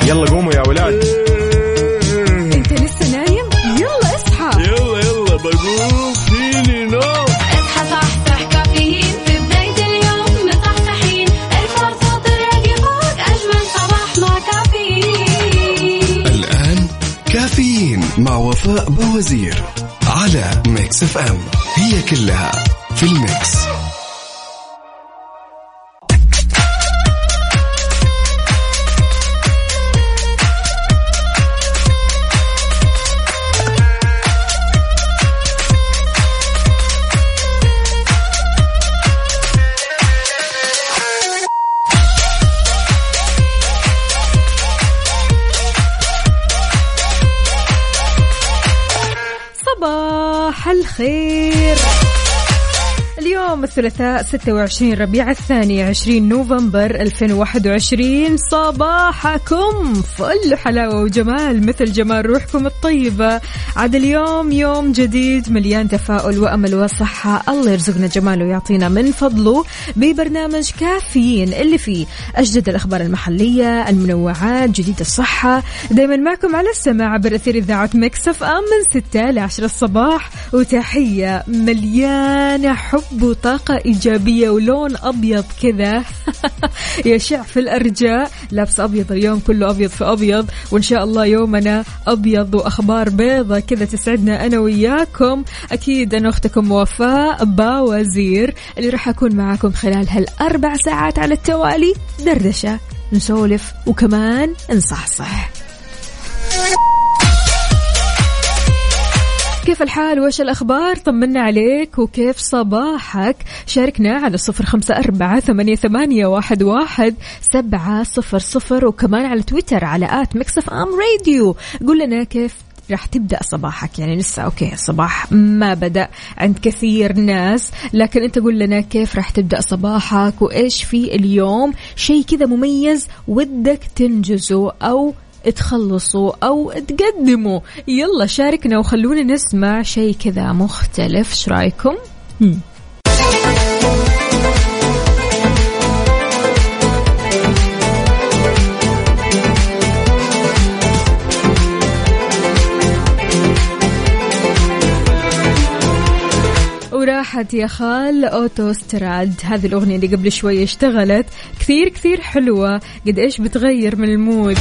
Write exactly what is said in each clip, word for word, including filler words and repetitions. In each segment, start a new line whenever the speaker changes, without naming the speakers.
يلا قوموا يا ولاد.
انت لسه نايم؟ يلا اصحى.
يلا يلا بقوم فيني نوم.
اصحى صحصح كافيين في بداية اليوم مصحصحين. ارفع صوت الراديو فوق أجمل صباح مع كافيين.
الآن كافيين مع وفاء بوزير على ميكس اف ام. هي كلها في الميكس.
صباح الخير. اليوم الثلاثاء ستة وعشرين ربيع الثاني عشرين نوفمبر ألفين وواحد وعشرين. صباحكم فل حلاوة وجمال مثل جمال روحكم الطيبة. عاد اليوم يوم جديد مليان تفاؤل وأمل وصحة. الله يرزقنا جماله ويعطينا من فضله ببرنامج كافيين اللي فيه أجدد الأخبار المحلية، المنوعات، جديد الصحة. دايما معكم على السماع عبر أثير إذاعة ميكس اف ام من ستة لعشرة الصباح. وتحية مليانة حب وطاقة إيجابية ولون أبيض كذا يشع في الأرجاء. لابس أبيض اليوم، كله أبيض في أبيض، وإن شاء الله يومنا أبيض وأخبار بيضة كذا تسعدنا أنا وياكم. أكيد أنا أختكم وفاء باوزير اللي راح أكون معاكم خلال هالأربع ساعات على التوالي. دردشة، نسولف، وكمان نصحصح. كيف الحال وإيش الأخبار؟ طمنا عليك وكيف صباحك. شاركنا على صفر خمسة أربعة ثمانية ثمانية واحد واحد سبعة صفر صفر، وكمان على تويتر على آت ميكسف أم راديو. قول لنا كيف راح تبدأ صباحك. يعني لسه أوكي الصباح ما بدأ عند كثير ناس، لكن أنت قول لنا كيف راح تبدأ صباحك وإيش في اليوم شيء كذا مميز ودك تنجزه أو تخلصوا أو تقدموا. يلا شاركنا وخلونا نسمع شيء كذا مختلف. شو رأيكم؟ هم. وراحت يا خال أوتوستراد. هذه الأغنية اللي قبل شوية اشتغلت كثير كثير حلوة. قد إيش بتغير من المود.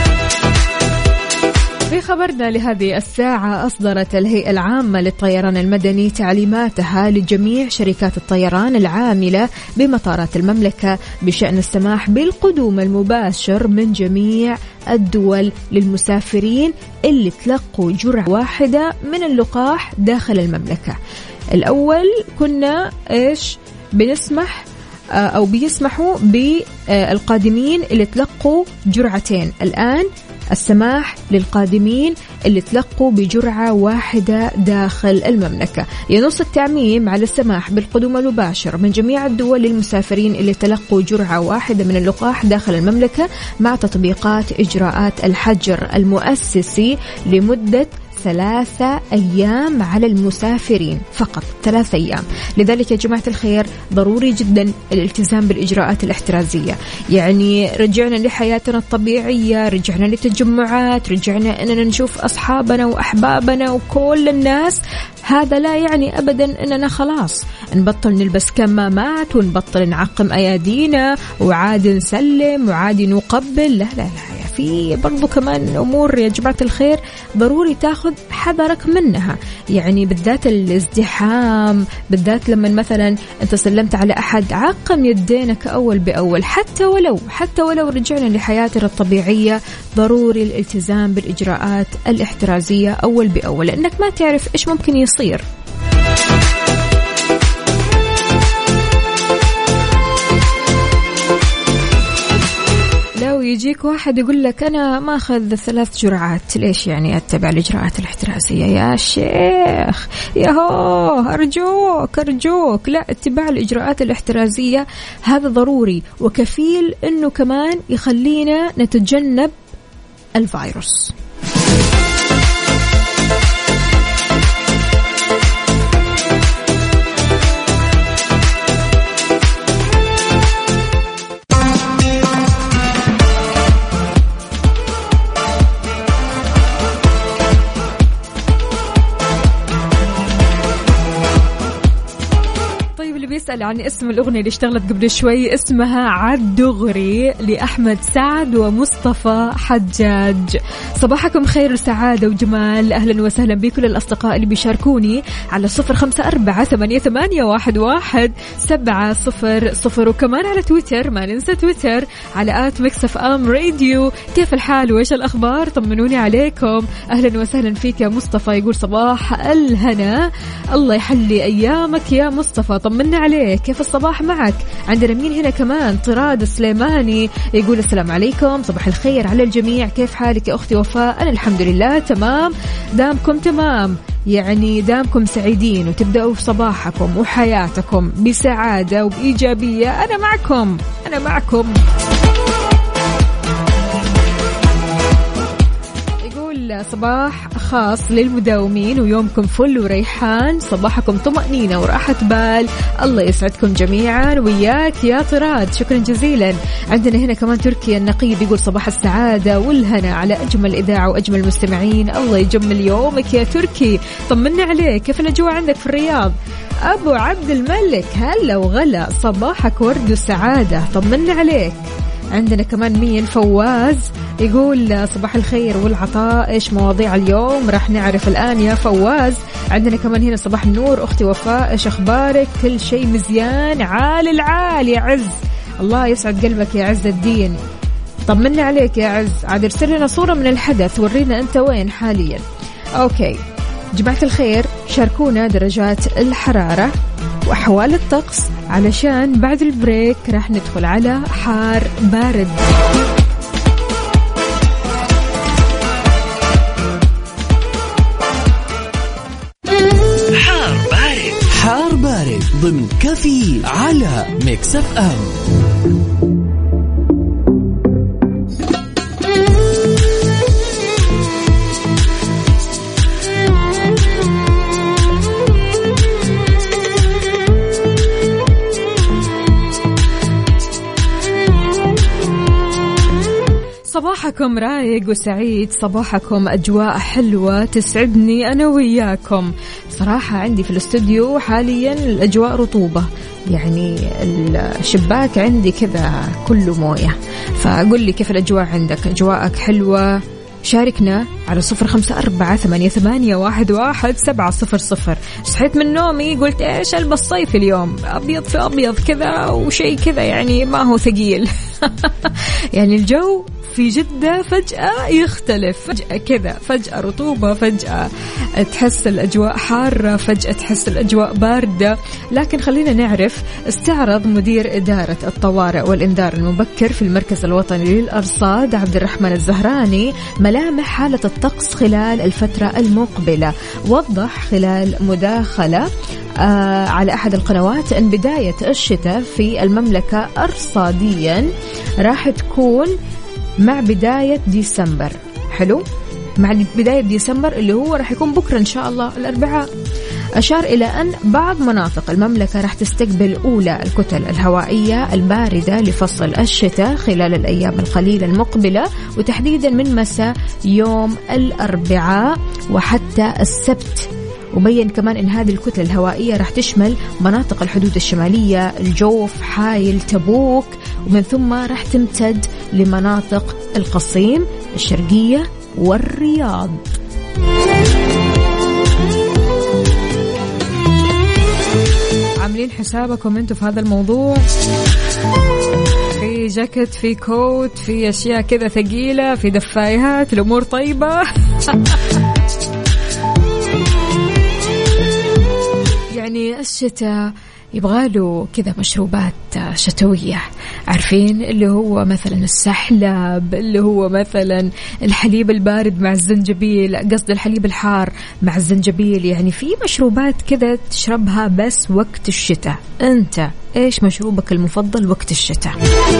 في خبرنا لهذه الساعة، أصدرت الهيئة العامة للطيران المدني تعليماتها لجميع شركات الطيران العاملة بمطارات المملكة بشأن السماح بالقدوم المباشر من جميع الدول للمسافرين اللي تلقوا جرعة واحدة من اللقاح داخل المملكة. الأول كنا إيش بنسمح أو بيسمحوا بالقادمين اللي تلقوا جرعتين. الآن السماح للقادمين اللي تلقوا بجرعة واحدة داخل المملكة. ينص التعميم على السماح بالقدوم المباشر من جميع الدول للمسافرين اللي تلقوا جرعة واحدة من اللقاح داخل المملكة مع تطبيقات إجراءات الحجر المؤسسي لمدة ثلاثة أيام على المسافرين فقط. ثلاثة أيام. لذلك يا جماعة الخير ضروري جدا الالتزام بالإجراءات الاحترازية. يعني رجعنا لحياتنا الطبيعية، رجعنا للتجمعات، رجعنا أننا نشوف أصحابنا وأحبابنا وكل الناس. هذا لا يعني أبدا أننا خلاص نبطل نلبس كمامات ونبطل نعقم أيادينا وعاد نسلم وعاد نقبل. لا لا لا، في برضو كمان أمور يا جماعة الخير ضروري تاخذ حذرك منها. يعني بالذات الازدحام، بالذات لما مثلا أنت سلمت على أحد، عقم يدينك أول بأول. حتى ولو حتى ولو رجعنا لحياتنا الطبيعية ضروري الالتزام بالإجراءات الاحترازية أول بأول، لأنك ما تعرف إيش ممكن يصير. لو يجيك واحد يقول لك أنا ما أخذ ثلاث جرعات، ليش يعني أتبع الإجراءات الاحترازية يا شيخ؟ ياهو أرجوك أرجوك لا، اتباع الإجراءات الاحترازية هذا ضروري وكفيل أنه كمان يخلينا نتجنب الفيروس. نسأل عن اسم الأغنية اللي اشتغلت قبل شوي، اسمها عد دغري لأحمد سعد ومصطفى حجاج. صباحكم خير وسعادة وجمال، أهلا وسهلا بكل الأصدقاء اللي بيشاركوني على صفر خمسة أربعة ثمانية ثمانية واحد واحد سبعة صفر صفر، وكمان على تويتر، ما ننسى تويتر على آت ميكس اف ام راديو. كيف الحال وإيش الأخبار؟ طمنوني عليكم. أهلا وسهلا فيك يا مصطفى، يقول صباح الهنا، الله يحلي أيامك يا مصطفى، طمنا عليك، كيف الصباح معك؟ عندنا مين هنا كمان؟ طراد سليماني يقول السلام عليكم، صباح الخير على الجميع، كيف حالك يا أختي وفاء؟ أنا الحمد لله تمام، دامكم تمام، يعني دامكم سعيدين وتبدأوا في صباحكم وحياتكم بسعادة وبإيجابية، أنا معكم أنا معكم. صباح خاص للمداومين ويومكم فل وريحان، صباحكم طمأنينة وراحة بال، الله يسعدكم جميعا وياك يا طراد، شكرا جزيلا. عندنا هنا كمان تركي النقيب يقول صباح السعادة والهنا على أجمل إذاعة وأجمل مستمعين، الله يجمل يومك يا تركي، طمنا عليك، كيف الأجواء عندك في الرياض؟ أبو عبد الملك هلا وغلا، صباحك ورد وسعادة، طمنا عليك. عندنا كمان مين؟ فواز يقول صباح الخير والعطاء، إيش مواضيع اليوم؟ راح نعرف الآن يا فواز. عندنا كمان هنا صباح النور أختي وفاء، إيش أخبارك؟ كل شيء مزيان، عال العال يا عز، الله يسعد قلبك يا عز الدين، طمنا عليك يا عز. عاد ارسل لنا صورة من الحدث، ورينا أنت وين حاليا. أوكي جماعة الخير، شاركونا درجات الحرارة وأحوال الطقس، علشان بعد البريك راح ندخل على حار بارد.
حار بارد، حار بارد ضمن كافيين على ميكس اف ام.
صباحكم رايق وسعيد، صباحكم أجواء حلوة تسعدني أنا وياكم. صراحة عندي في الاستوديو حاليا الأجواء رطوبة، يعني الشباك عندي كذا كله موية، فأقول لي كيف الأجواء عندك؟ أجواءك حلوة؟ شاركنا على صفر خمسة أربعة ثمانية ثمانية واحد واحد سبعة صفر صفر. صحيت من نومي قلت إيش ألبس صيف اليوم، أبيض في أبيض كذا وشيء كذا، يعني ما هو ثقيل. يعني الجو في جدة فجأة يختلف، فجأة كذا، فجأة رطوبة، فجأة تحس الأجواء حارة، فجأة تحس الأجواء باردة. لكن خلينا نعرف، استعرض مدير إدارة الطوارئ والإنذار المبكر في المركز الوطني للأرصاد عبد الرحمن الزهراني ملامح حالة الطقس خلال الفترة المقبلة. وضح خلال مداخلة آه على أحد القنوات أن بداية الشتاء في المملكة أرصاديا راح تكون مع بداية ديسمبر. حلو، مع بداية ديسمبر اللي هو راح يكون بكرة إن شاء الله الأربعاء. أشار إلى أن بعض مناطق المملكة راح تستقبل أولى الكتل الهوائية الباردة لفصل الشتاء خلال الأيام القليلة المقبلة، وتحديدا من مساء يوم الأربعاء وحتى السبت. وبين كمان أن هذه الكتلة الهوائية راح تشمل مناطق الحدود الشمالية، الجوف، حايل، تبوك، ومن ثم راح تمتد لمناطق القصيم، الشرقية والرياض. عاملين حسابكم انتم في هذا الموضوع؟ في جاكيت، في كوت، في أشياء كذا ثقيلة، في دفايات، الأمور طيبة. يعني الشتاء يبغاله كذا مشروبات شتوية، عارفين اللي هو مثلا السحلب، اللي هو مثلا الحليب البارد مع الزنجبيل، قصد الحليب الحار مع الزنجبيل. يعني في مشروبات كذا تشربها بس وقت الشتاء. أنت إيش مشروبك المفضل وقت الشتاء؟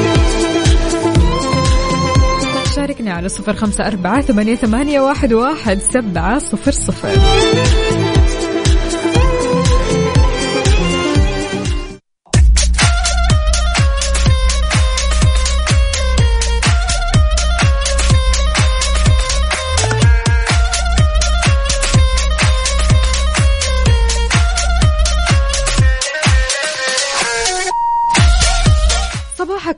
شاركنا على صفر خمسة أربعة ثمانية ثمانية واحد واحد سبعة صفر صفر.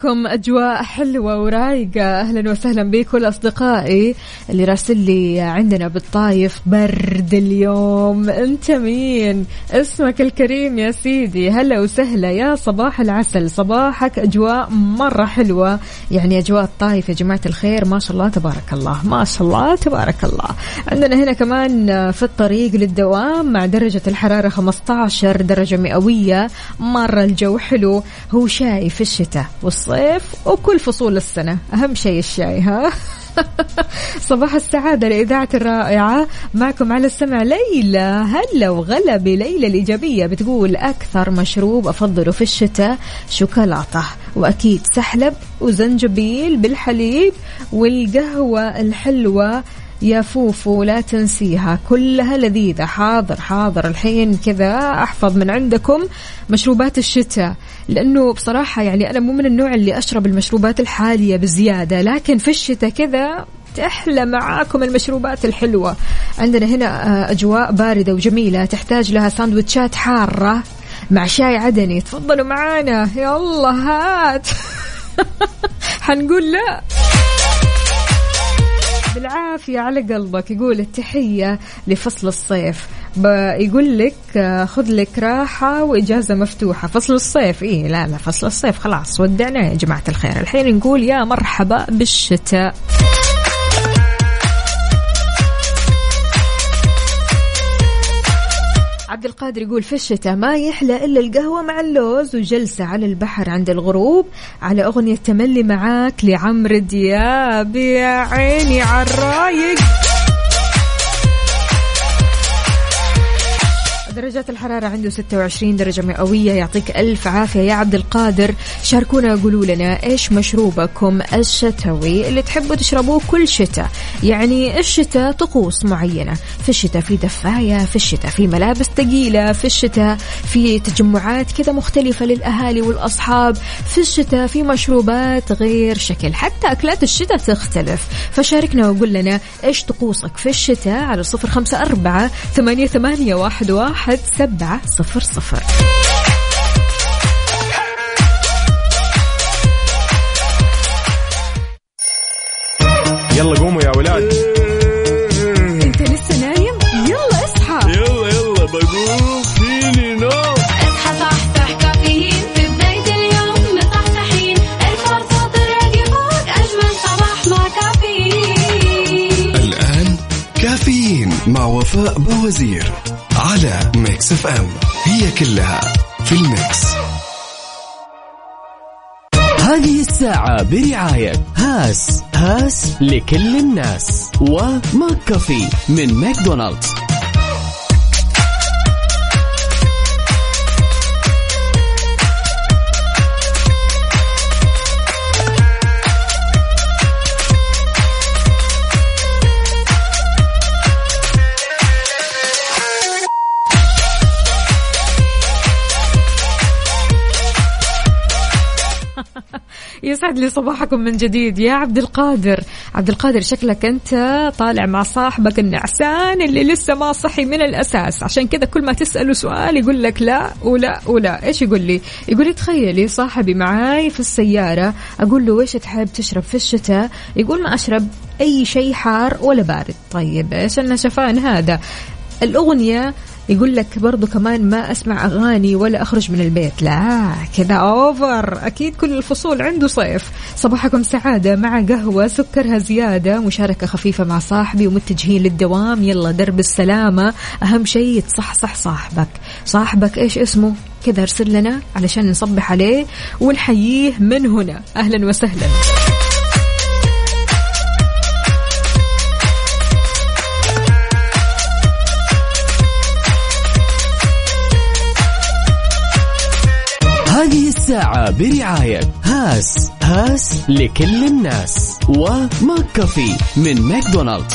لكم أجواء حلوة ورايقة. أهلا وسهلا بكل أصدقائي اللي راسل لي عندنا بالطايف برد اليوم. أنت مين؟ اسمك الكريم يا سيدي. هلا وسهلا يا صباح العسل، صباحك أجواء مرة حلوة. يعني أجواء الطايف يا جماعة الخير ما شاء الله تبارك الله، ما شاء الله تبارك الله. عندنا هنا كمان في الطريق للدوام مع درجة الحرارة خمسة عشر درجة مئوية. مرة الجو حلو، هو شاي في الشتاء والصيف وكل فصول السنة، أهم شيء الشاي. ها صباح السعادة لإذاعة الرائعة، معكم على السمع ليلى. هلا وغلا بليلى الإيجابية، بتقول أكثر مشروب أفضله في الشتاء شوكولاتة، وأكيد سحلب وزنجبيل بالحليب والقهوة الحلوة يا فوفو لا تنسيها، كلها لذيذة. حاضر حاضر، الحين كذا أحفظ من عندكم مشروبات الشتاء، لأنه بصراحة يعني أنا مو من النوع اللي أشرب المشروبات الحالية بزيادة، لكن في الشتاء كذا تحلى معاكم المشروبات الحلوة. عندنا هنا أجواء باردة وجميلة تحتاج لها ساندويتشات حارة مع شاي عدني. تفضلوا معانا، يلا هات. حنقول لا بالعافية على قلبك. يقول التحية لفصل الصيف، يقول لك خذ لك راحة وإجازة مفتوحة. فصل الصيف إيه؟ لا لا، فصل الصيف خلاص ودعنا يا جماعة الخير. الحين نقول يا مرحبا بالشتاء. عبد القادر يقول في الشتاء ما يحلى إلا القهوة مع اللوز وجلسة على البحر عند الغروب على أغنية تملي معاك لعمرو دياب. يا عيني عالرايق. درجات الحرارة عنده ستة وعشرين درجة مئوية. يعطيك ألف عافية يا عبد القادر. شاركونا قولوا لنا إيش مشروبكم الشتوي اللي تحبوا تشربوه كل شتاء. يعني الشتاء طقوس معينة، في الشتاء في دفاية، في الشتاء في ملابس ثقيلة، في الشتاء في تجمعات كذا مختلفة للأهالي والأصحاب، في الشتاء في مشروبات غير شكل، حتى أكلات الشتاء تختلف. فشاركنا وقول لنا إيش طقوسك في الشتاء على صفر خمسة أربعة ثمانية ثمانية واحد واحد سبعة صفر صفر.
يلا قوموا يا ولاد.
انت لسه نايم؟ يلا اصحى.
يلا يلا بقوم فيني نوم.
اصحى صحصح كافيين في بداية اليوم مصحصحين، الفرصة تراقي فوق أجمل صباح مع كافيين.
الآن كافيين مع وفاء بوزير على ميكس اف ام، هي كلها في الميكس.
هذه الساعة برعاية هاس هاس لكل الناس، وماك كافي من ماكدونالدز.
يسعد لي صباحكم من جديد يا عبد القادر. عبد القادر شكلك أنت طالع مع صاحبك النعسان اللي لسه ما صحي من الأساس، عشان كذا كل ما تسأله سؤال يقول لك لا ولا ولا. إيش يقول لي؟ يقول لي تخيلي صاحبي معاي في السيارة، أقول له إيش تحب تشرب في الشتاء؟ يقول ما أشرب أي شيء حار ولا بارد. طيب إيش النشفان هذا؟ الأغنية يقول لك برضو كمان ما أسمع أغاني ولا أخرج من البيت. لا كذا أوفر، أكيد كل الفصول عنده صيف. صباحكم سعادة مع قهوة سكرها زيادة، مشاركة خفيفة مع صاحبي ومتجهين للدوام. يلا درب السلامة، أهم شيء تصحصح صاحبك. صاحبك إيش اسمه؟ كذا ارسل لنا علشان نصبح عليه ونحييه من هنا. أهلا وسهلا.
هذه الساعة برعاية هاس هاس لكل الناس، وماك كافي من ماكدونالدز.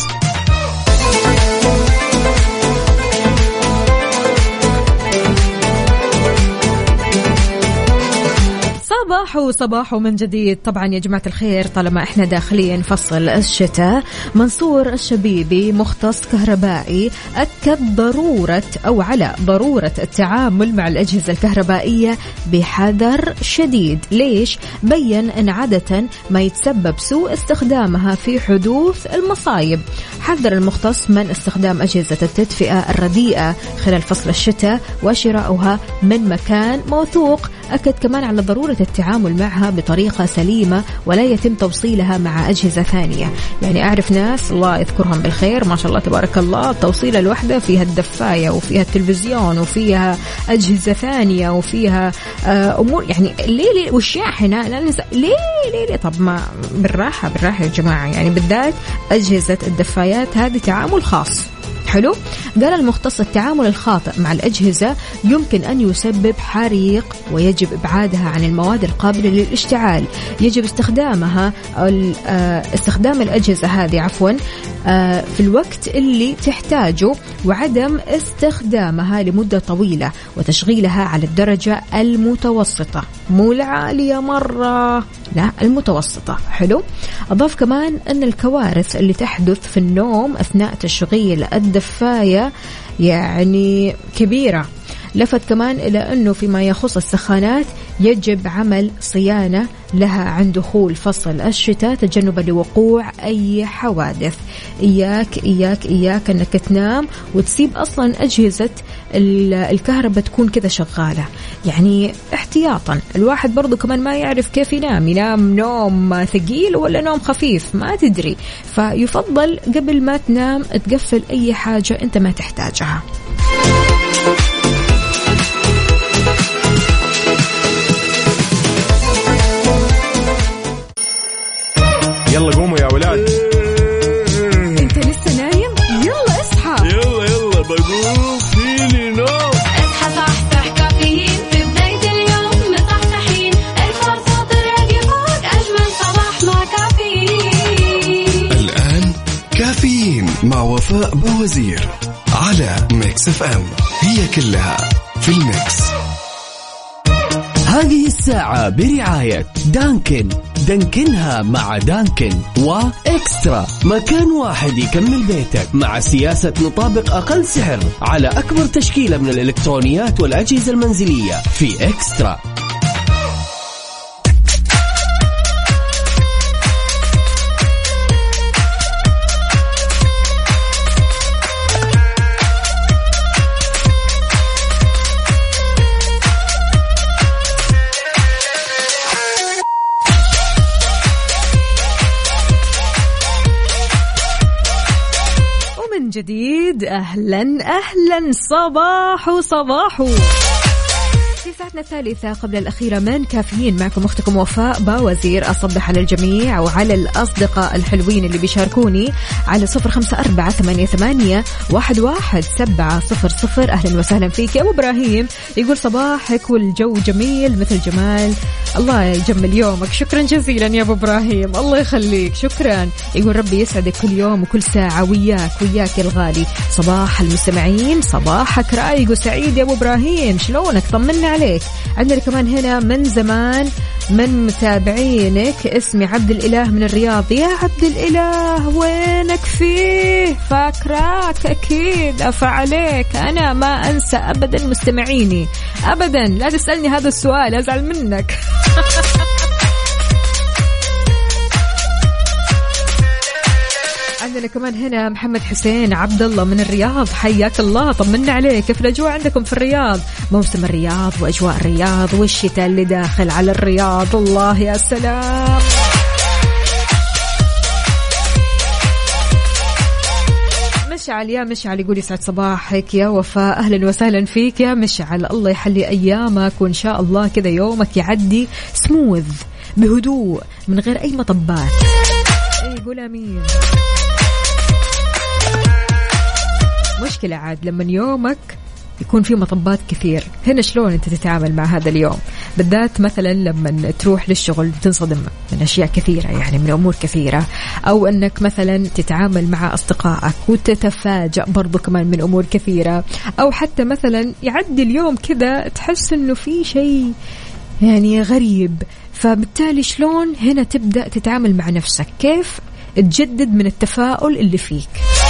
صباح صباح وصباح من جديد. طبعا يا جماعة الخير، طالما احنا داخلين فصل الشتاء، منصور الشبيبي مختص كهربائي أكد ضرورة أو على ضرورة التعامل مع الأجهزة الكهربائية بحذر شديد. ليش؟ بيّن أن عادة ما يتسبب سوء استخدامها في حدوث المصايب. حذر المختص من استخدام أجهزة التدفئة الرديئة خلال فصل الشتاء وشراؤها من مكان موثوق. أكد كمان على ضرورة التعامل معها بطريقة سليمة ولا يتم توصيلها مع أجهزة ثانية. يعني أعرف ناس الله يذكرهم بالخير ما شاء الله تبارك الله، التوصيلة الواحدة فيها الدفاية وفيها التلفزيون وفيها أجهزة ثانية وفيها أمور، يعني ليه ليه والشاحنة ليه ليه ليه طب ما بالراحة بالراحة يا جماعة، يعني بالذات أجهزة الدفايات هذه تعامل خاص. حلو. قال المختص التعامل الخاطئ مع الأجهزة يمكن أن يسبب حريق ويجب إبعادها عن المواد القابلة للاشتعال. يجب استخدامها استخدام الأجهزة هذه عفوا في الوقت اللي تحتاجه وعدم استخدامها لمدة طويلة وتشغيلها على الدرجة المتوسطة، مو العالية مرة، لا المتوسطة. حلو. أضاف كمان أن الكوارث اللي تحدث في النوم أثناء تشغيل الدفاية يعني كبيرة. لفت كمان إلى أنه فيما يخص السخانات يجب عمل صيانة لها عند دخول فصل الشتاء تجنبا لوقوع أي حوادث. إياك إياك إياك أنك تنام وتسيب أصلا أجهزة الكهرباء تكون كذا شغالة، يعني احتياطا. الواحد برضو كمان ما يعرف كيف ينام، ينام نوم ثقيل ولا نوم خفيف ما تدري، فيفضل قبل ما تنام تقفل أي حاجة أنت ما تحتاجها.
يلا قوموا يا ولاد.
انت لسه نايم؟ يلا اصحى.
يلا يلا بقوم فيني نوم.
اصحى صحصح كافيين في بداية اليوم مصحصحين، الفرصة تراقي فوق أجمل صباح مع كافيين.
الآن كافيين مع وفاء بوزير على ميكس اف ام، هي كلها في الميكس.
هذه الساعة برعاية دانكن، دانكنها مع دانكن، وإكسترا، مكان واحد يكمل بيتك مع سياسة نطابق أقل سعر على أكبر تشكيلة من الإلكترونيات والأجهزة المنزلية في إكسترا.
جديد أهلا أهلا صباح صباح في ساعتنا الثالثة قبل الأخيرة من كافيين. معكم أختكم وفاء باوزير. أصبح على الجميع وعلى الأصدقاء الحلوين اللي بيشاركوني على صفر خمسة أربعة ثمانية ثمانية واحد واحد سبعة صفر صفر. أهلا وسهلا فيك يا أبو إبراهيم. يقول صباحك والجو جميل مثل جمال، الله يجمل يومك. شكرا جزيلا يا أبو إبراهيم، الله يخليك، شكرا. يقول ربي يسعدك كل يوم وكل ساعة وياك وياك يا الغالي. صباح المستمعين، صباحك رايق وسعيد يا أبو إبراهيم، شلونك؟ طمنا عليك. عندنا كمان هنا من زمان من متابعينك اسمي عبد الإله من الرياض. يا عبد الإله وينك فيه؟ فاكراك أكيد، أفا عليك، أنا ما أنسى أبدا مستمعيني أبدا. لا تسألني هذا السؤال أزعل منك. عندنا كمان هنا محمد حسين عبد الله من الرياض. حياك الله، طمنا عليك، كيف الأجواء عندكم في الرياض؟ موسم الرياض وأجواء الرياض والشتاء اللي داخل على الرياض، الله يا سلام. مشعل يا مشعل يقول يسعد صباحك يا وفاء. أهلا وسهلا فيك يا مشعل، الله يحلي أيامك وإن شاء الله كذا يومك يعدي سموذ بهدوء من غير أي مطبات. يقول أمين. مشكلة عاد لما يومك يكون في مطبات كثير، هنا شلون أنت تتعامل مع هذا اليوم؟ بالذات مثلا لما تروح للشغل تنصدم من أشياء كثيرة، يعني من أمور كثيرة، أو أنك مثلا تتعامل مع أصدقائك وتتفاجأ برضو كمان من أمور كثيرة، أو حتى مثلا يعدي اليوم كذا تحس أنه في شيء يعني غريب، فبالتالي شلون هنا تبدأ تتعامل مع نفسك؟ كيف تجدد من التفاؤل اللي فيك؟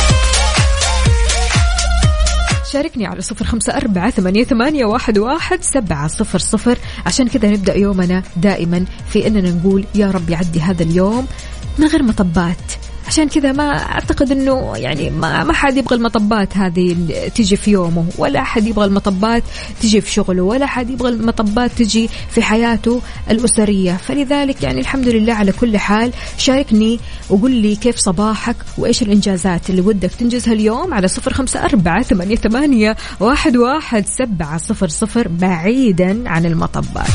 شاركني على صفر خمسة أربعة ثمانية ثمانية واحد واحد سبعة صفر صفر. عشان كذا نبدأ يومنا دائما في أننا نقول يا رب يعدي هذا اليوم من غير مطبات. عشان كذا ما أعتقد أنه يعني ما ما حد يبغى المطبات هذه تيجي في يومه، ولا أحد يبغى المطبات تيجي في شغله، ولا أحد يبغى المطبات تيجي في حياته الأسرية. فلذلك يعني الحمد لله على كل حال. شاركني وقول لي كيف صباحك وإيش الإنجازات اللي ودك تنجزها اليوم على صفر خمسة أربعة ثمانية ثمانية واحد واحد سبعة صفر صفر بعيدا عن المطبات.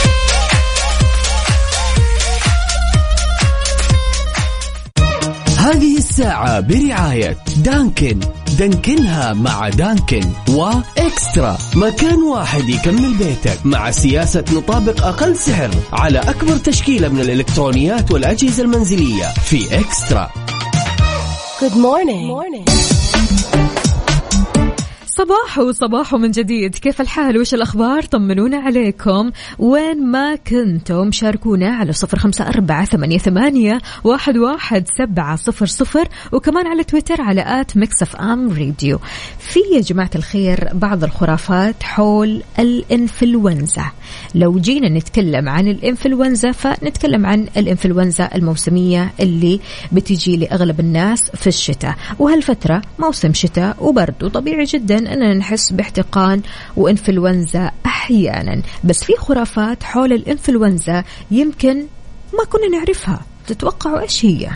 هذه الساعة برعاية دانكن، دانكنها مع دانكن، وإكسترا، مكان واحد يكمل بيتك مع سياسة نطابق أقل سعر على أكبر تشكيلة من الإلكترونيات والأجهزة المنزلية في إكسترا.
Good morning. Good morning.
صباح وصباح من جديد. كيف الحال وش الأخبار؟ طمنونا عليكم وين ما كنتم. شاركونا على صفر خمسة أربعة ثمانية ثمانية واحد واحد سبعة صفر صفر، وكمان على تويتر على آت ميكس أف أم راديو. في يا جماعة الخير بعض الخرافات حول الإنفلونزا. لو جينا نتكلم عن الإنفلونزا فنتكلم عن الإنفلونزا الموسمية اللي بتجي لأغلب الناس في الشتاء، وهالفترة موسم شتاء وبرد، وطبيعي جدا أننا نحس باحتقان وإنفلونزا أحيانا. بس في خرافات حول الإنفلونزا يمكن ما كنا نعرفها. تتوقعوا إيش هي؟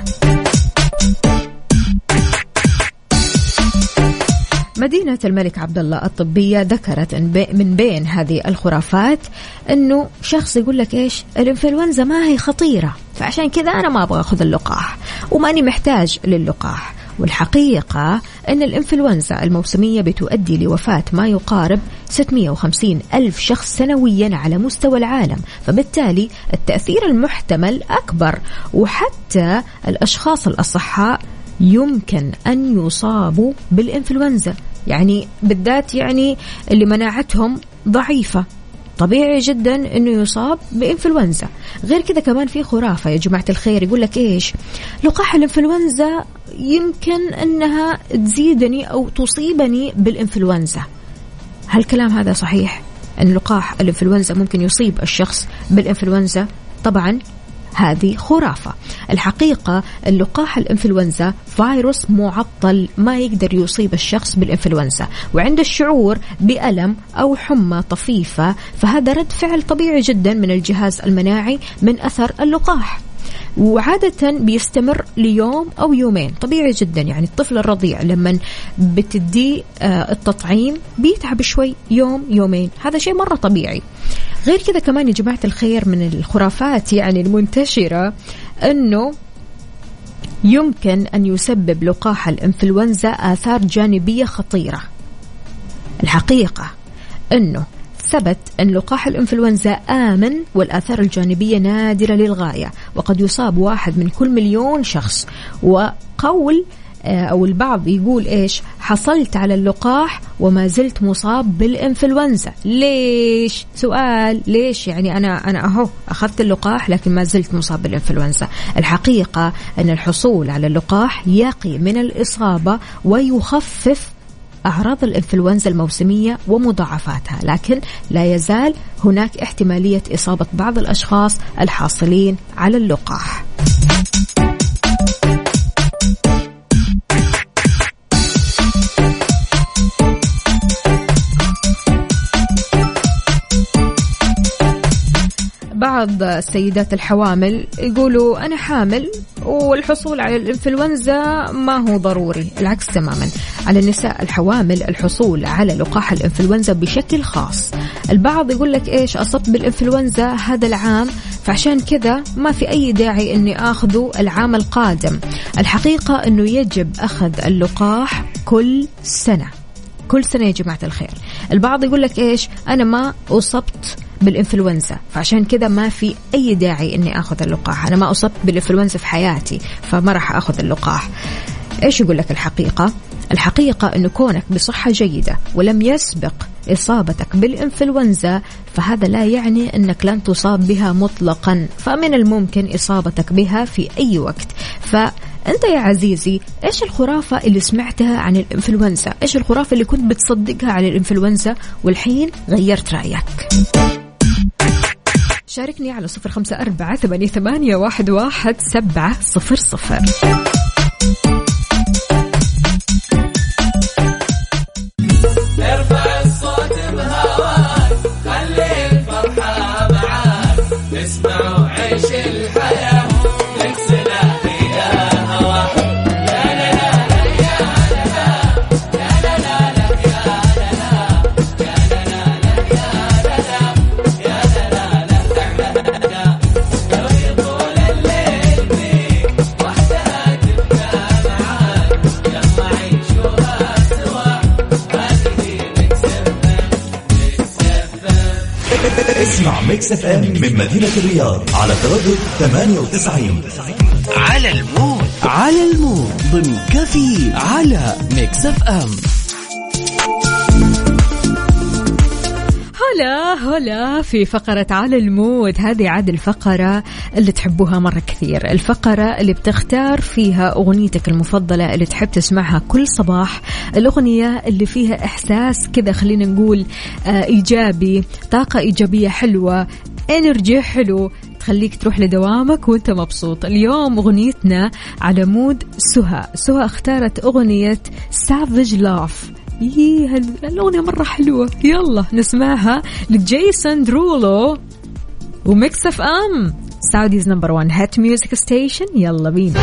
مدينة الملك عبدالله الطبية ذكرت من بين هذه الخرافات أنه شخص يقول لك إيش الإنفلونزا ما هي خطيرة، فعشان كذا أنا ما أبغى أخذ اللقاح وماني محتاج للقاح. والحقيقة أن الإنفلونزا الموسمية بتؤدي لوفاة ما يقارب ستمائة وخمسين ألف شخص سنويا على مستوى العالم، فبالتالي التأثير المحتمل أكبر، وحتى الأشخاص الأصحاء يمكن أن يصابوا بالإنفلونزا، يعني بالذات يعني اللي مناعتهم ضعيفة طبيعي جدا أنه يصاب بإنفلونزا. غير كذا كمان في خرافة يا جماعة الخير يقول لك إيش لقاح الإنفلونزا يمكن أنها تزيدني أو تصيبني بالإنفلونزا. هالكلام هذا صحيح أن لقاح الإنفلونزا ممكن يصيب الشخص بالإنفلونزا؟ طبعا هذه خرافة. الحقيقة اللقاح الإنفلونزا فيروس معطل ما يقدر يصيب الشخص بالإنفلونزا، وعند الشعور بألم أو حمى طفيفة فهذا رد فعل طبيعي جدا من الجهاز المناعي من أثر اللقاح، وعادة بيستمر ليوم أو يومين طبيعي جدا. يعني الطفل الرضيع لما بتدي التطعيم بيتعب شوي يوم يومين، هذا شيء مرة طبيعي. غير كذا كمان يا جماعة الخير من الخرافات يعني المنتشرة أنه يمكن أن يسبب لقاح الإنفلونزا آثار جانبية خطيرة. الحقيقة أنه ثبت أن لقاح الإنفلونزا آمن والآثار الجانبية نادرة للغاية، وقد يصاب واحد من كل مليون شخص. وقول أو البعض يقول إيش حصلت على اللقاح وما زلت مصاب بالإنفلونزا. ليش؟ سؤال ليش؟ يعني أنا أنا أهو أخذت اللقاح لكن ما زلت مصاب بالإنفلونزا. الحقيقة أن الحصول على اللقاح يقي من الإصابة ويخفف أعراض الإنفلونزا الموسمية ومضاعفاتها، لكن لا يزال هناك احتمالية إصابة بعض الأشخاص الحاصلين على اللقاح. بعض السيدات الحوامل يقولوا أنا حامل والحصول على الإنفلونزا ما هو ضروري، العكس تماما. على النساء الحوامل الحصول على لقاح الإنفلونزا بشكل خاص. البعض يقول لك إيش أصبت بالإنفلونزا هذا العام فعشان كذا ما في أي داعي أني أخذه العام القادم. الحقيقة أنه يجب أخذ اللقاح كل سنة كل سنة يا جماعة الخير. البعض يقول لك إيش أنا ما أصبت بالإنفلونزا فعشان كذا ما في أي داعي أني أخذ اللقاح، أنا ما أصبت بالإنفلونزا في حياتي فما راح أخذ اللقاح. إيش يقول لك الحقيقة؟ الحقيقة أنه كونك بصحة جيدة ولم يسبق إصابتك بالإنفلونزا فهذا لا يعني أنك لن تصاب بها مطلقا، فمن الممكن إصابتك بها في أي وقت. فأنت يا عزيزي إيش الخرافة اللي سمعتها عن الإنفلونزا؟ إيش الخرافة اللي كنت بتصدقها عن الإنفلونزا والحين غيرت رأيك؟ شاركني على صفر خمسة أربعة ثمانية ثمانية واحد واحد سبعة صفر صفر.
ارفع الصوت بهواك خلي الفرحة معاك اسمع وعيش الحياة نكسنا فيها هواك يا لا لا لا يا لا لا لا يا لا لا يا لا لا لا لو يطول الليل بيك وحدها تبقى معاك لما عيشوها سوا
اسمع ميكس اف ام من مدينة الرياض على تردد ثمانية وتسعين.
على المود على المود ضمن كافيين على ميكس اف ام.
هلا هلا في فقرة على المود. هذه عاد الفقرة اللي تحبوها مرة كثير، الفقرة اللي بتختار فيها أغنيتك المفضلة اللي تحب تسمعها كل صباح، الأغنية اللي فيها إحساس كذا خلينا نقول آه إيجابي، طاقة إيجابية حلوة، إنرجي حلو تخليك تروح لدوامك وانت مبسوط. اليوم أغنيتنا على مود سهى. سهى اختارت أغنية Savage Love. إيه هالأغنية مرة حلوة، يلا نسمعها لجيسون درولو وميكس اف ام سعوديز نمبر وان هات ميوزك ستيشن. يلا بينا،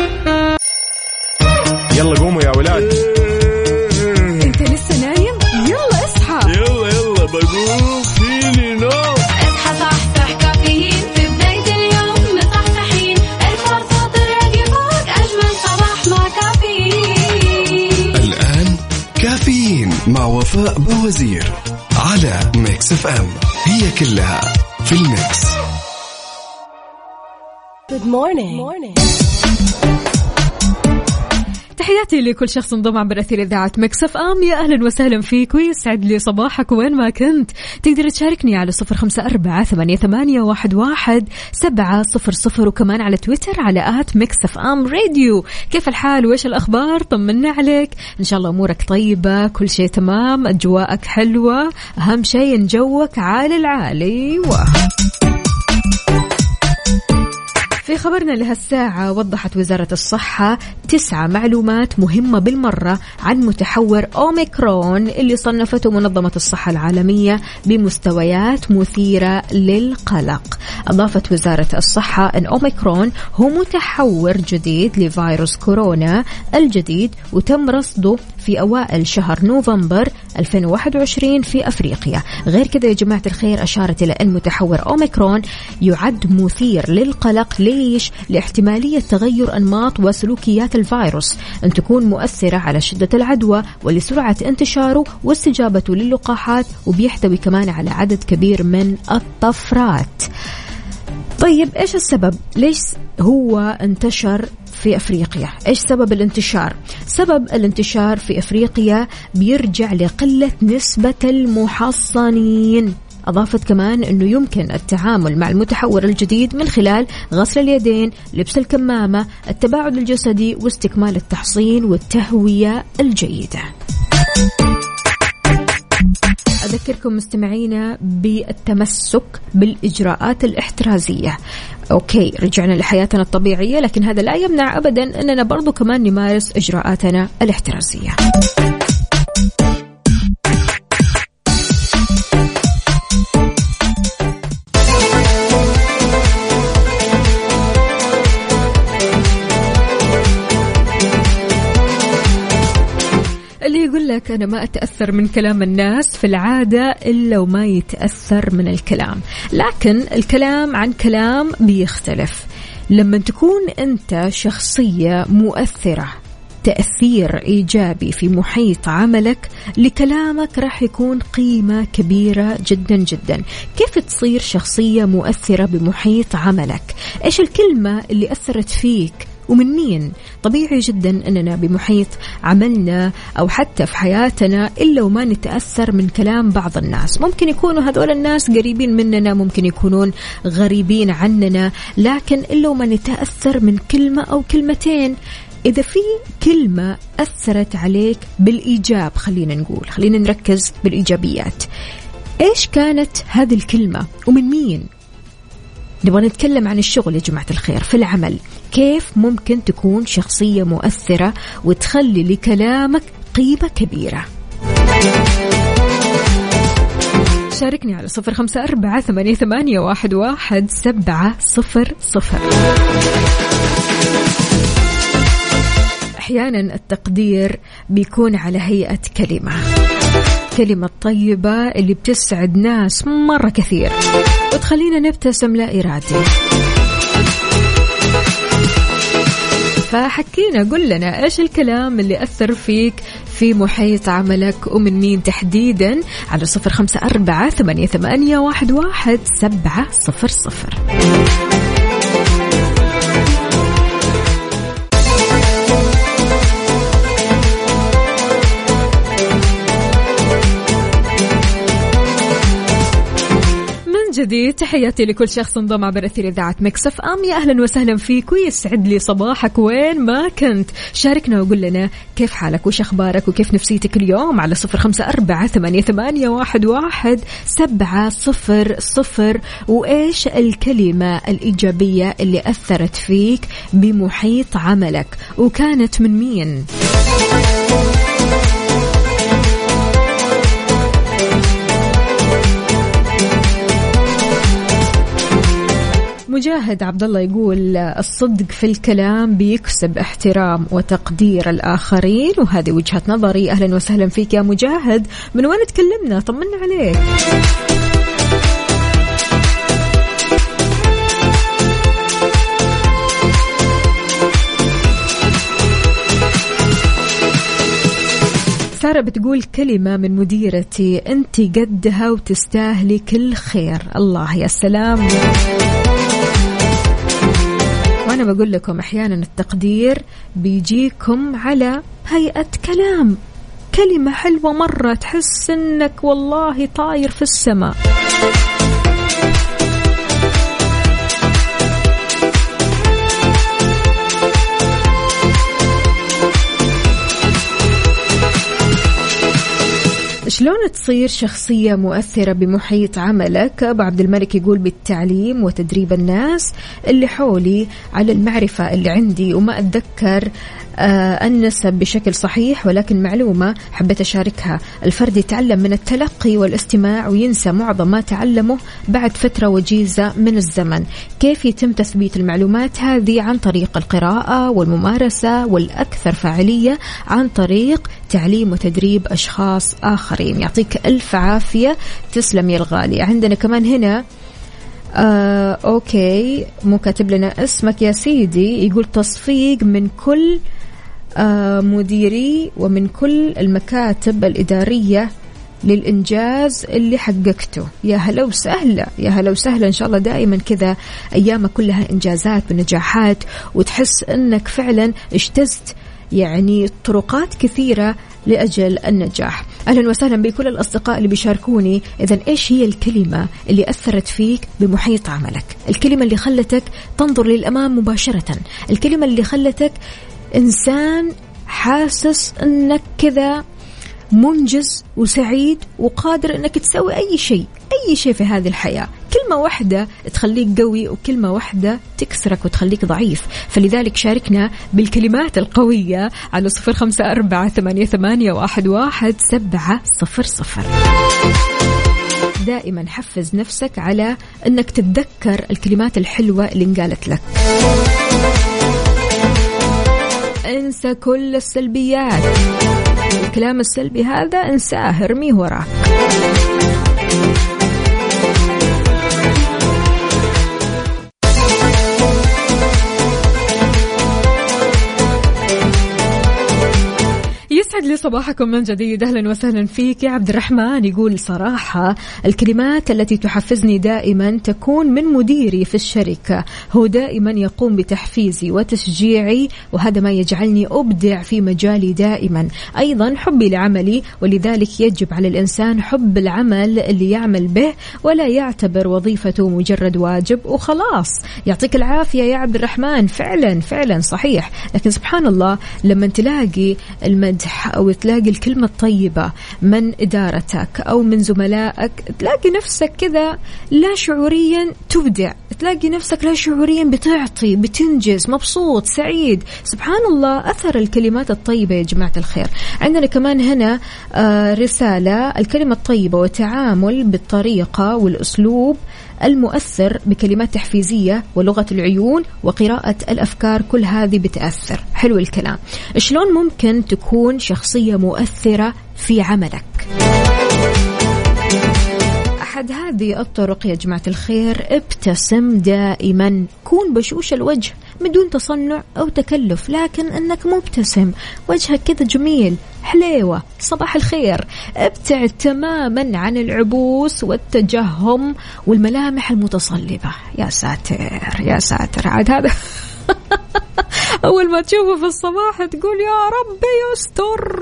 يلا قوموا يا ولاد.
انت لسه نايم؟ يلا اصحى.
يلا يلا بقوم فيني نوم.
اصحى صحصح كافيين في بداية اليوم مصحصحين الفرصة تراك فوق أجمل صباح مع كافيين.
الآن كافيين مع وفاء بوزير على ميكس اف ام، هي كلها في الميكس.
Good morning. Morning.
تحياتي لكل شخص انضم عبر أثير إذاعة ميكس اف ام. يا أهلا وسهلا فيك ويسعد لي صباحك وين ما كنت. تقدر تشاركني على صفر خمسة أربعة ثمانية ثمانية واحد واحد سبعة صفر صفر، وكمان على تويتر على آت ميكس اف ام راديو. كيف الحال وإيش الأخبار؟ طمنا عليك، إن شاء الله أمورك طيبة، كل شيء تمام، أجواءك حلوة، أهم شيء إن جوك عالي العالي. و في خبرنا لهالساعة وضحت وزارة الصحة تسعة معلومات مهمة بالمرة عن متحور أوميكرون اللي صنفته منظمة الصحة العالمية بمستويات مثيرة للقلق. أضافت وزارة الصحة أن أوميكرون هو متحور جديد لفيروس كورونا الجديد، وتم رصده في أوائل شهر نوفمبر ألفين وواحد وعشرين في أفريقيا. غير كذا يا جماعة الخير، أشارت إلى أن متحور أوميكرون يعد مثير للقلق. ليش؟ لاحتمالية تغير أنماط وسلوكيات الفيروس، أن تكون مؤثرة على شدة العدوى ولسرعة انتشاره واستجابته للقاحات، وبيحتوي كمان على عدد كبير من الطفرات. طيب إيش السبب؟ ليش هو انتشر في أفريقيا؟ إيش سبب الانتشار؟ سبب الانتشار في أفريقيا بيرجع لقلة نسبة المحصنين. أضافت كمان أنه يمكن التعامل مع المتحور الجديد من خلال غسل اليدين، لبس الكمامة، التباعد الجسدي، واستكمال التحصين والتهوية الجيدة. أذكركم مستمعينا بالتمسك بالإجراءات الاحترازية. أوكي، رجعنا لحياتنا الطبيعية، لكن هذا لا يمنع أبدا أننا برضو كمان نمارس إجراءاتنا الاحترازية. اللي يقول لك أنا ما أتأثر من كلام الناس في العادة إلا وما يتأثر من الكلام، لكن الكلام عن كلام بيختلف. لما تكون أنت شخصية مؤثرة تأثير إيجابي في محيط عملك، لكلامك راح يكون قيمة كبيرة جدا جدا. كيف تصير شخصية مؤثرة بمحيط عملك؟ إيش الكلمة اللي أثرت فيك ومن مين. طبيعي جدا أننا بمحيط عملنا أو حتى في حياتنا إلا وما نتأثر من كلام بعض الناس. ممكن يكونوا هذول الناس قريبين مننا، ممكن يكونون غريبين عننا، لكن إلا وما نتأثر من كلمة أو كلمتين. إذا في كلمة أثرت عليك بالإيجاب، خلينا نقول، خلينا نركز بالإيجابيات. إيش كانت هذه الكلمة ومن مين؟ نبغى نتكلم عن الشغل يا جماعة الخير. في العمل كيف ممكن تكون شخصية مؤثرة وتخلي لكلامك قيمة كبيرة؟ شاركني على صفر خمسة أربعة ثمانية ثمانية واحد واحد سبعة صفر صفر. أحيانا التقدير بيكون على هيئة كلمة، كلمة طيبة اللي بتسعد ناس مرة كثير وتخلينا نبتسم لا إرادي. فحكينا، قل لنا إيش الكلام اللي أثر فيك في محيط عملك ومن مين تحديدا على صفر خمسة أربعة ثمانية ثمانية واحد واحد سبعة صفر صفر. جديد تحياتي لكل شخص انضم عبر أثير إذاعة ميكس اف ام. يا أهلا وسهلا فيك ويسعد لي صباحك وين ما كنت. شاركنا وقول لنا كيف حالك وش أخبارك وكيف نفسيتك اليوم على صفر خمسة أربعة ثمانية ثمانية واحد واحد سبعة صفر صفر. وإيش الكلمة الإيجابية اللي أثرت فيك بمحيط عملك وكانت من مين؟ مجاهد عبد الله يقول الصدق في الكلام بيكسب احترام وتقدير الآخرين، وهذه وجهة نظري. أهلا وسهلا فيك يا مجاهد، من وين تكلمنا؟ طمنا عليك. سارة بتقول كلمة من مديرتي، أنت قدها وتستاهلي كل خير. الله يا سلام. وأنا بقول لكم أحيانا التقدير بيجيكم على هيئة كلام، كلمة حلوة مرة تحس إنك والله طاير في السماء. شلون تصير شخصية مؤثرة بمحيط عملك؟ أبو عبد الملك يقول بالتعليم وتدريب الناس اللي حولي على المعرفة اللي عندي، وما أتذكر آه النسب بشكل صحيح، ولكن معلومة حبيت أشاركها. الفرد يتعلم من التلقي والاستماع وينسى معظم ما تعلمه بعد فترة وجيزة من الزمن. كيف يتم تثبيت المعلومات هذه؟ عن طريق القراءة والممارسة، والأكثر فاعلية عن طريق تعليم وتدريب أشخاص آخرين. يعطيك ألف عافية، تسلم يا الغالي. عندنا كمان هنا آه أوكي، مو كاتب لنا اسمك يا سيدي، يقول تصفيق من كل آه مديري ومن كل المكاتب الإدارية للإنجاز اللي حققته. يا هلا وسهلا، يا هلا وسهلا. إن شاء الله دائما كذا أيامك كلها إنجازات ونجاحات، وتحس أنك فعلا اجتزت يعني طرقات كثيرة لأجل النجاح. أهلا وسهلا بكل الأصدقاء اللي بيشاركوني. إذن إيش هي الكلمة اللي أثرت فيك بمحيط عملك؟ الكلمة اللي خلتك تنظر للأمام مباشرة، الكلمة اللي خلتك إنسان حاسس أنك كذا منجز وسعيد وقادر أنك تسوي أي شيء، أي شيء في هذه الحياة. كلمة واحدة تخليك قوي وكلمة واحدة تكسرك وتخليك ضعيف. فلذلك شاركنا بالكلمات القوية على صفر خمسة أربعة ثمانية ثمانية واحد واحد سبعة صفر صفر. دائما حفز نفسك على أنك تتذكر الكلمات الحلوة اللي انقالت لك. انسى كل السلبيات، الكلام السلبي هذا انساه، ارميه وراك. يسعد لي صباحكم من جديد. أهلا وسهلا فيك يا عبد الرحمن. يقول صراحة الكلمات التي تحفزني دائما تكون من مديري في الشركة، هو دائما يقوم بتحفيزي وتشجيعي، وهذا ما يجعلني أبدع في مجالي دائما. أيضا حبي لعملي، ولذلك يجب على الإنسان حب العمل اللي يعمل به ولا يعتبر وظيفته مجرد واجب وخلاص. يعطيك العافية يا عبد الرحمن. فعلا فعلا صحيح، لكن سبحان الله لما تلاقي المدح أو تلاقي الكلمة الطيبة من إدارتك أو من زملائك، تلاقي نفسك كذا لا شعوريا تبدع، تلاقي نفسك لا شعوريا بتعطي، بتنجز، مبسوط، سعيد. سبحان الله أثر الكلمات الطيبة يا جماعة الخير. عندنا كمان هنا آه رسالة: الكلمة الطيبة والتعامل بالطريقة والأسلوب المؤثر بكلمات تحفيزية ولغة العيون وقراءة الأفكار، كل هذه بتأثر. حلو الكلام. شلون ممكن تكون شخصية مؤثرة في عملك؟ أحد هذه الطرق يا جماعة الخير: ابتسم دائما، كون بشوش الوجه من دون تصنع أو تكلف، لكن أنك مبتسم، وجهك كذا جميل، حليوة، صباح الخير. ابتعد تماما عن العبوس والتجهم والملامح المتصلبة. يا ساتر يا ساتر، عاد هذا أول ما تشوفه في الصباح تقول يا ربي يستر.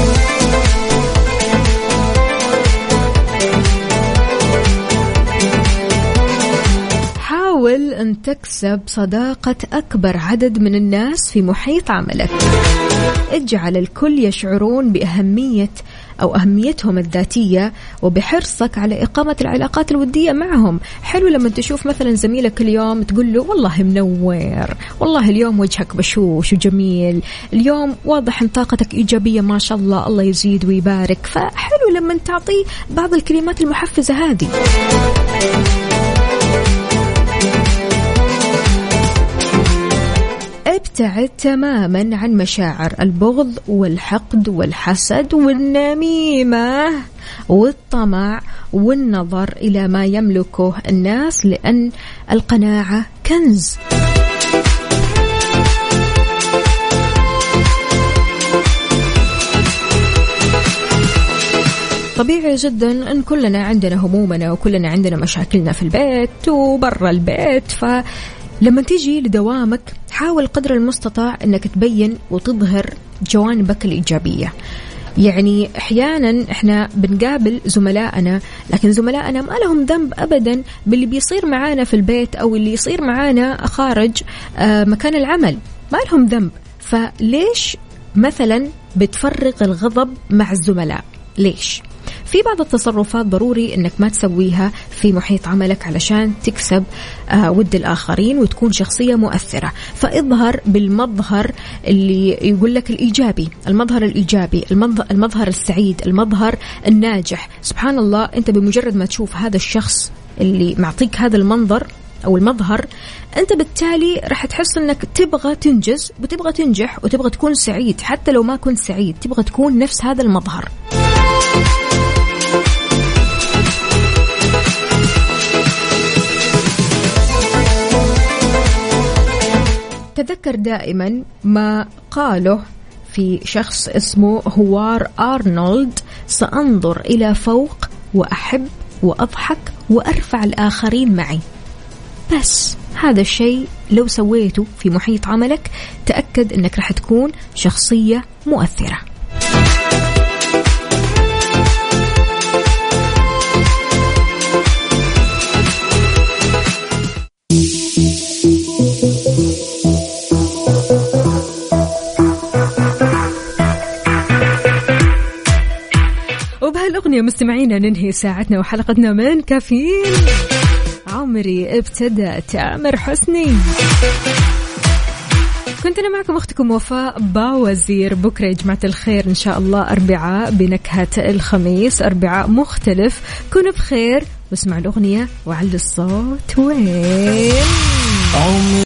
حاول أن تكسب صداقة أكبر عدد من الناس في محيط عملك. اجعل الكل يشعرون بأهمية أو أهميتهم الذاتية وبحرصك على إقامة العلاقات الودية معهم. حلو لما تشوف مثلا زميلك اليوم تقول له والله منور، والله اليوم وجهك بشوش وجميل، اليوم واضح أن طاقتك إيجابية ما شاء الله، الله يزيد ويبارك. فحلو لما تعطي بعض الكلمات المحفزة هذه. ابتعد تماما عن مشاعر البغض والحقد والحسد والنميمة والطمع والنظر إلى ما يملكه الناس، لأن القناعة كنز. طبيعي جدا أن كلنا عندنا همومنا وكلنا عندنا مشاكلنا في البيت وبرا البيت، ف لما تيجي لدوامك حاول قدر المستطاع أنك تبين وتظهر جوانبك الإيجابية. يعني أحيانا إحنا بنقابل زملائنا، لكن زملائنا ما لهم ذنب أبدا باللي بيصير معانا في البيت أو اللي يصير معانا خارج مكان العمل، ما لهم ذنب. فليش مثلا بتفرغ الغضب مع الزملاء؟ ليش؟ في بعض التصرفات ضروري أنك ما تسويها في محيط عملك علشان تكسب آه ود الآخرين وتكون شخصية مؤثرة. فاظهر بالمظهر اللي يقول لك الإيجابي، المظهر الإيجابي، المظهر السعيد، المظهر الناجح. سبحان الله، أنت بمجرد ما تشوف هذا الشخص اللي معطيك هذا المنظر أو المظهر، أنت بالتالي راح تحس أنك تبغى تنجز وتبغى تنجح وتبغى تكون سعيد، حتى لو ما كنت سعيد تبغى تكون نفس هذا المظهر. تذكر دائما ما قاله في شخص اسمه هوار أرنولد: سأنظر إلى فوق وأحب وأضحك وأرفع الآخرين معي. بس هذا الشيء لو سويته في محيط عملك تأكد أنك راح تكون شخصية مؤثرة. وبهالأغنية مستمعينا ننهي ساعتنا وحلقتنا من كافيين. عمري ابتدى تامر حسني. كنت أنا معكم أختكم وفاء باوزير. بكرة يا جماعة الخير إن شاء الله أربعاء بنكهة الخميس، أربعاء مختلف. كونوا بخير واسمعوا الأغنية وعلي الصوت. وين